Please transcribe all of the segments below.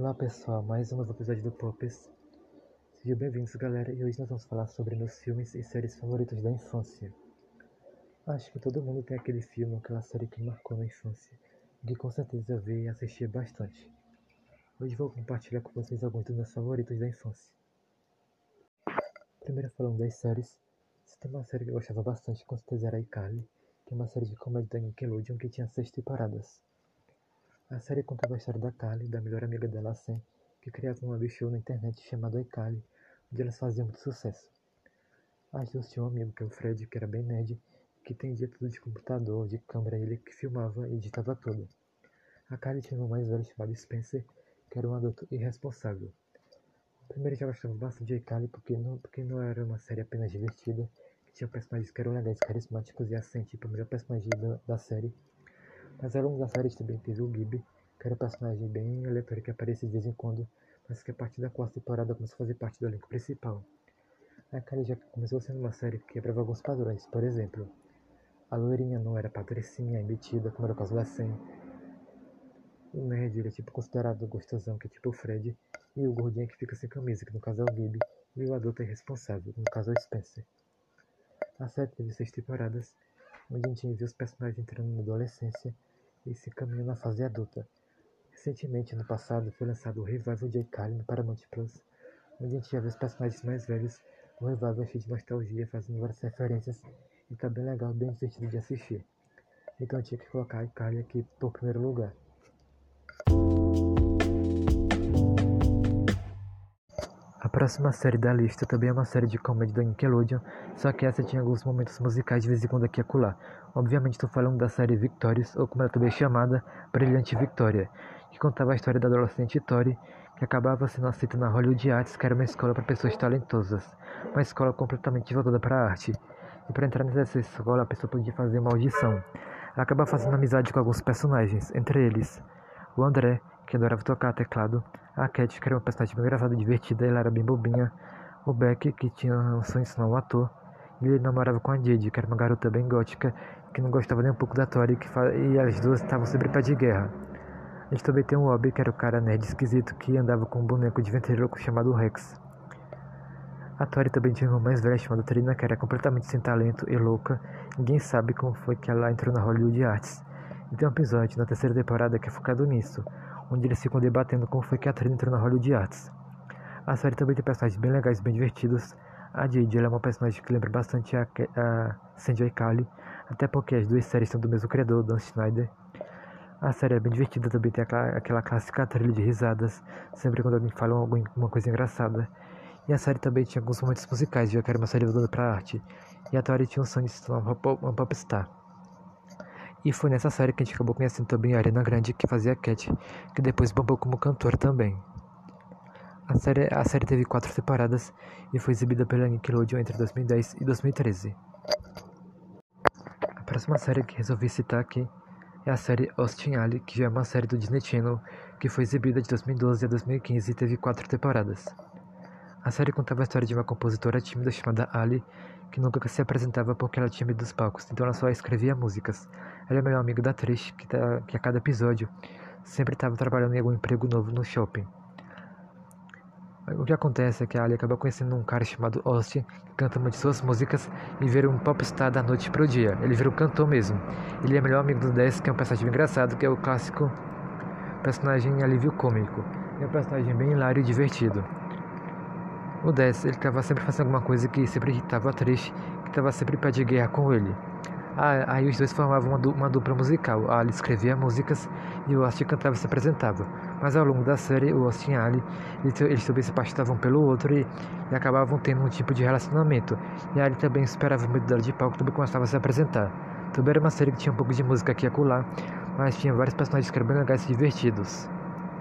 Olá pessoal, mais um novo episódio do Pops. Sejam bem-vindos galera, e hoje nós vamos falar sobre meus filmes e séries favoritos da infância. Acho que todo mundo tem aquele filme, aquela série que marcou na infância, que com certeza eu vi e assisti bastante. Hoje vou compartilhar com vocês alguns dos meus favoritos da infância. Primeiro falando das séries, se tem uma série que eu gostava bastante, com certeza era iCarly, que é uma série de comédia da Nickelodeon que tinha 6 temporadas. A série contava a história da Carly, da melhor amiga dela, Sam, que criava um web show na internet chamado iCarly, onde elas faziam muito sucesso. As duas tinham um amigo, que é o Fred, que era bem nerd, que entendia tudo de computador, de câmera, e ele que filmava e editava tudo. A Carly tinha um irmão mais velho chamado Spencer, que era um adulto irresponsável. Primeiro eu já gostava bastante de iCarly porque não era uma série apenas divertida, que tinha personagens que eram legais, carismáticos e a Sam, tipo, o melhor personagem da série. Mas ao longo da série também teve o Gibby, que era um personagem bem aleatório que aparecia de vez em quando, mas que a partir da quarta temporada começou a fazer parte do elenco principal. A Kylie já começou sendo uma série que quebrava alguns padrões, por exemplo, a loirinha não era patricinha e metida, como era o caso da Sam. O nerd ele é tipo considerado gostosão, que é tipo o Fred, e o gordinho que fica sem camisa, que no caso é o Gibby, e o adulto é irresponsável, que no caso é o Spencer. A série teve 6 temporadas, onde a gente viu os personagens entrando na adolescência e se encaminhando na fase adulta. Recentemente, ano passado, foi lançado o Revival de iCarly no Paramount Plus, onde a gente já vê os personagens mais velhos. O Revival é cheio de nostalgia, fazendo várias referências, e tá bem legal, bem divertido de assistir. Então eu tinha que colocar iCarly aqui por primeiro lugar. A próxima série da lista também é uma série de comédia da Nickelodeon, só que essa tinha alguns momentos musicais de vez em quando aqui e acolá. Obviamente estou falando da série Victorious, ou como ela também é chamada, Brilhante Victoria, que contava a história da adolescente Tori, que acabava sendo aceita na Hollywood Arts, que era uma escola para pessoas talentosas, uma escola completamente voltada para a arte. E para entrar nessa escola a pessoa podia fazer uma audição. Ela acaba fazendo amizade com alguns personagens, entre eles o André, que adorava tocar teclado, a Cat, que era uma personagem bem engraçada e divertida, ela era bem bobinha, o Beck, que tinha um sonho de se tornar um ator, e ele namorava com a Didi, que era uma garota bem gótica, que não gostava nem um pouco da Tori, e as duas estavam sempre pé de guerra. A gente também tem o Obi, que era o cara nerd esquisito, que andava com um boneco de ventríloco chamado Rex. A Tori também tinha uma irmã mais velha chamada Trina, que era completamente sem talento e louca, ninguém sabe como foi que ela entrou na Hollywood Arts. E tem um episódio na terceira temporada que é focado nisso, onde eles ficam debatendo como foi que a Trina entrou na Hollywood Arts. A série também tem personagens bem legais, bem divertidos. A Didi é uma personagem que lembra bastante a Sandy iCarly, até porque as duas séries são do mesmo criador, Dan Schneider. A série é bem divertida, também tem aquela clássica trilha de risadas, sempre quando alguém fala alguma coisa engraçada. E a série também tinha alguns momentos musicais, já que era uma série voltada para a arte. E a Tori tinha um sonho de se tornar uma popstar. E foi nessa série que a gente acabou conhecendo também a Ariana Grande, que fazia a Cat, que depois bombou como cantora também. A série teve 4 temporadas e foi exibida pela Nickelodeon entre 2010 e 2013. A próxima série que resolvi citar aqui é a série Austin Alley, que já é uma série do Disney Channel, que foi exibida de 2012 a 2015 e teve 4 temporadas. A série contava a história de uma compositora tímida chamada Ali, que nunca se apresentava porque ela tinha medo dos palcos, então ela só escrevia músicas. Ela é a melhor amiga da Trish, que a cada episódio sempre estava trabalhando em algum emprego novo no shopping. O que acontece é que a Ali acaba conhecendo um cara chamado Austin, que canta uma de suas músicas e vira um popstar da noite pro dia. Ele vira um cantor mesmo. Ele é o melhor amigo do Des, que é um personagem engraçado, que é o clássico personagem alívio cômico. É um personagem bem hilário e divertido. O Des, ele estava sempre fazendo alguma coisa que sempre irritava a Trish, que estava sempre pé de guerra com ele. Aí os dois formavam uma dupla musical. A Ali escrevia músicas e o Austin cantava e se apresentava. Mas ao longo da série, o Austin e a Ali, eles também se apaixonavam pelo outro e acabavam tendo um tipo de relacionamento. E a Ali também esperava o medo dela de palco, também começava a se apresentar. Também era uma série que tinha um pouco de música aqui e acolá, mas tinha vários personagens que eram bem legais e divertidos.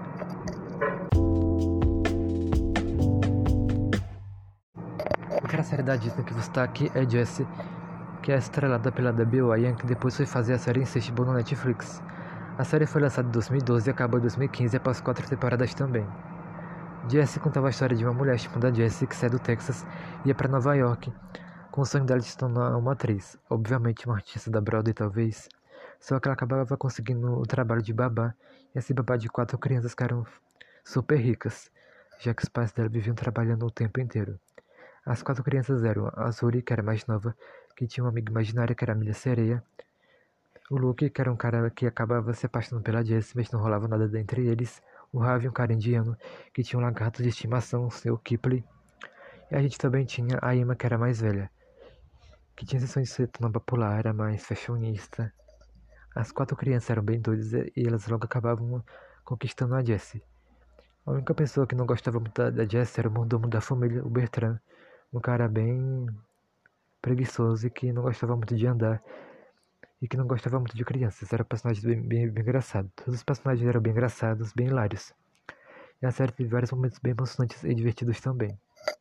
Outra série da Disney que você está aqui é Jessie, que é estrelada pela Debbie Ryan, que depois foi fazer a série Insatiable no Netflix. A série foi lançada em 2012 e acabou em 2015 após 4 temporadas também. Jessie contava a história de uma mulher chamada Jessie que sai do Texas e ia para Nova York, com o sonho dela de se tornar uma atriz, obviamente uma artista da Broadway talvez, só que ela acabava conseguindo o trabalho de babá, e esse babá de 4 crianças que eram super ricas, já que os pais dela viviam trabalhando o tempo inteiro. As 4 crianças eram a Azuri, que era mais nova, que tinha uma amiga imaginária que era a Milha Sereia, o Luke, que era um cara que acabava se apaixonando pela Jessie, mas não rolava nada entre eles, o Ravi, um cara indiano, que tinha um lagarto de estimação, o seu Kipling, e a gente também tinha a Emma, que era mais velha, que tinha sessões de ser trama popular, era mais fashionista. As 4 crianças eram bem doidas e elas logo acabavam conquistando a Jessie. A única pessoa que não gostava muito da Jessie era o mordomo da família, o Bertrand, um cara bem preguiçoso e que não gostava muito de andar e que não gostava muito de crianças. Era um personagem bem engraçado. Todos os personagens eram bem engraçados, bem hilários. E a série teve vários momentos bem emocionantes e divertidos também.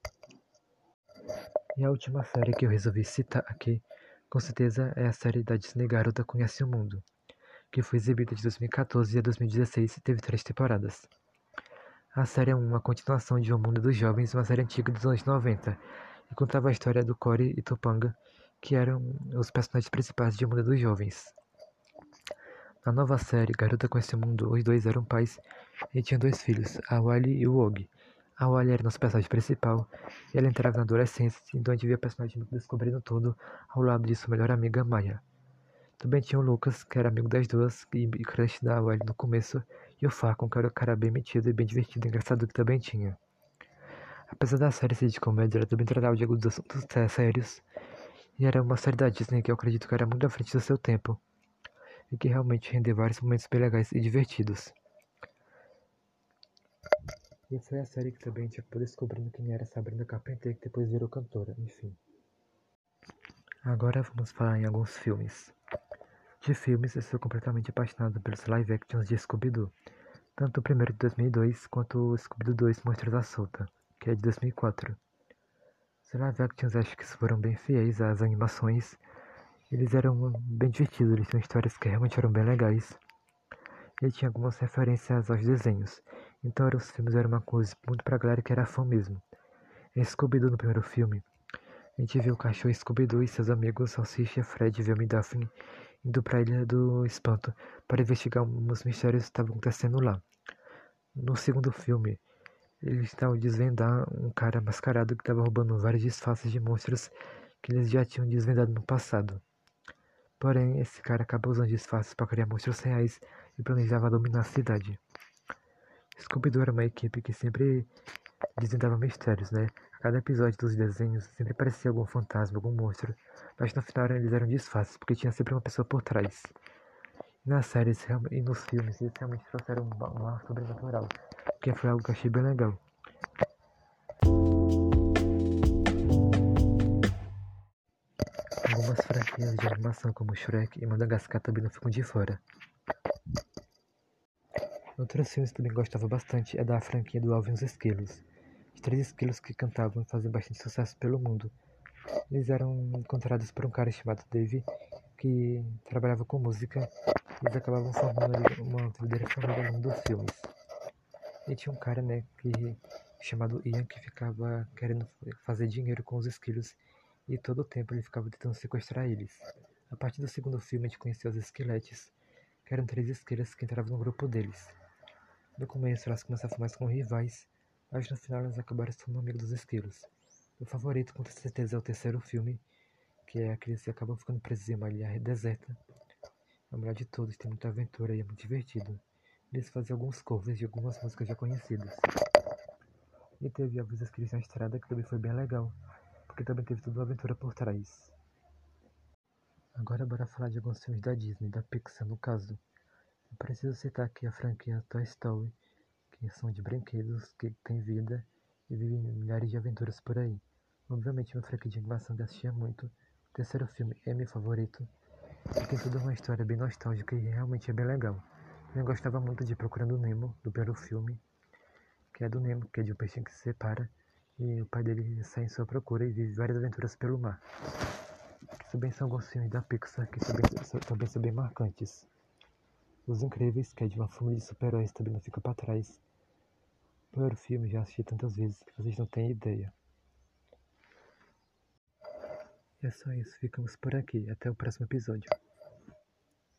E a última série que eu resolvi citar aqui, com certeza, é a série da Disney Garota Conhece o Mundo, que foi exibida de 2014 a 2016 e teve 3 temporadas. A série é uma continuação de O Mundo dos Jovens, uma série antiga dos anos 90, e contava a história do Corey e Topanga, que eram os personagens principais de O Mundo dos Jovens. Na nova série, Garota Conhece o Mundo, os dois eram pais e tinham 2 filhos, a Wally e o Og. A Wally era nosso personagem principal, e ela entrava na adolescência, então a gente via a personagem descobrindo tudo ao lado de sua melhor amiga Maya. Também tinha o Lucas, que era amigo das duas, e crush da Wally no começo, e o Falcon, que era um cara bem metido e bem divertido e engraçado que também tinha. Apesar da série ser de comédia, ela também tratava de alguns assuntos sérios, e era uma série da Disney que eu acredito que era muito à frente do seu tempo, e que realmente rendeu vários momentos bem legais e divertidos. E foi a série que também a gente acabou descobrindo quem era Sabrina Carpenter, que depois virou cantora, enfim. Agora vamos falar em alguns filmes. De filmes, eu sou completamente apaixonado pelos live actions de Scooby-Doo, tanto o primeiro de 2002 quanto o Scooby-Doo 2 Monstros da Solta, que é de 2004. Os live actions acho que foram bem fiéis às animações, eles eram bem divertidos, eles tinham histórias que realmente eram bem legais, e tinha algumas referências aos desenhos, então os filmes eram uma coisa muito pra galera que era fã mesmo. Em Scooby-Doo no primeiro filme, a gente viu o cachorro Scooby-Doo e seus amigos Salsicha, Fred, Velma e Daphne indo para a Ilha do Espanto para investigar uns mistérios que estavam acontecendo lá. No segundo filme, eles estavam desvendar um cara mascarado que estava roubando vários disfarces de monstros que eles já tinham desvendado no passado. Porém, esse cara acaba usando disfarces para criar monstros reais e planejava dominar a cidade. Scooby-Doo era uma equipe que sempre desvendava mistérios, né? A cada episódio dos desenhos sempre parecia algum fantasma, algum monstro, mas no final eles eram disfarces, porque tinha sempre uma pessoa por trás. E nas séries e nos filmes eles realmente trouxeram um ar sobrenatural, que foi algo que eu achei bem legal. Algumas franquias de animação como Shrek e Madagascar também não ficam de fora. Outros filmes que também gostava bastante é da franquia do Alvin e os Esquilos. Os 3 esquilos que cantavam e faziam bastante sucesso pelo mundo. Eles eram encontrados por um cara chamado Dave, que trabalhava com música, e eles acabavam formando ali uma verdadeira família ao longo dos filmes. E tinha um cara, né, chamado Ian, que ficava querendo fazer dinheiro com os esquilos, e todo o tempo ele ficava tentando sequestrar eles. A partir do segundo filme a gente conheceu os esqueletes, que eram 3 esquilos que entravam no grupo deles. No começo elas começavam mais como rivais, mas no final elas acabaram se tornando amigos dos esquilos. Meu favorito com certeza é o terceiro filme, que é aquele que acabam ficando presos em uma ilha deserta. É o melhor de todos, tem muita aventura e é muito divertido. Eles fazem alguns covers de algumas músicas já conhecidas. E teve Elvis Esquilos na Estrada, que também foi bem legal, porque também teve toda uma aventura por trás. Agora bora falar de alguns filmes da Disney, da Pixar no caso. Eu preciso citar aqui a franquia Toy Story, que são de brinquedos que têm vida e vivem milhares de aventuras por aí. Obviamente, uma franquia de animação que eu assistia muito. O terceiro filme é meu favorito, e tem toda uma história bem nostálgica e realmente é bem legal. Eu gostava muito de Procurando Nemo, do primeiro filme, que é do Nemo, que é de um peixinho que se separa, e o pai dele sai em sua procura e vive várias aventuras pelo mar. Também são alguns filmes da Pixar que também são bem marcantes. Os Incríveis, que é de uma família de super-heróis, também não fica para trás. O primeiro filme já assisti tantas vezes que vocês não têm ideia. E é só isso, ficamos por aqui. Até o próximo episódio.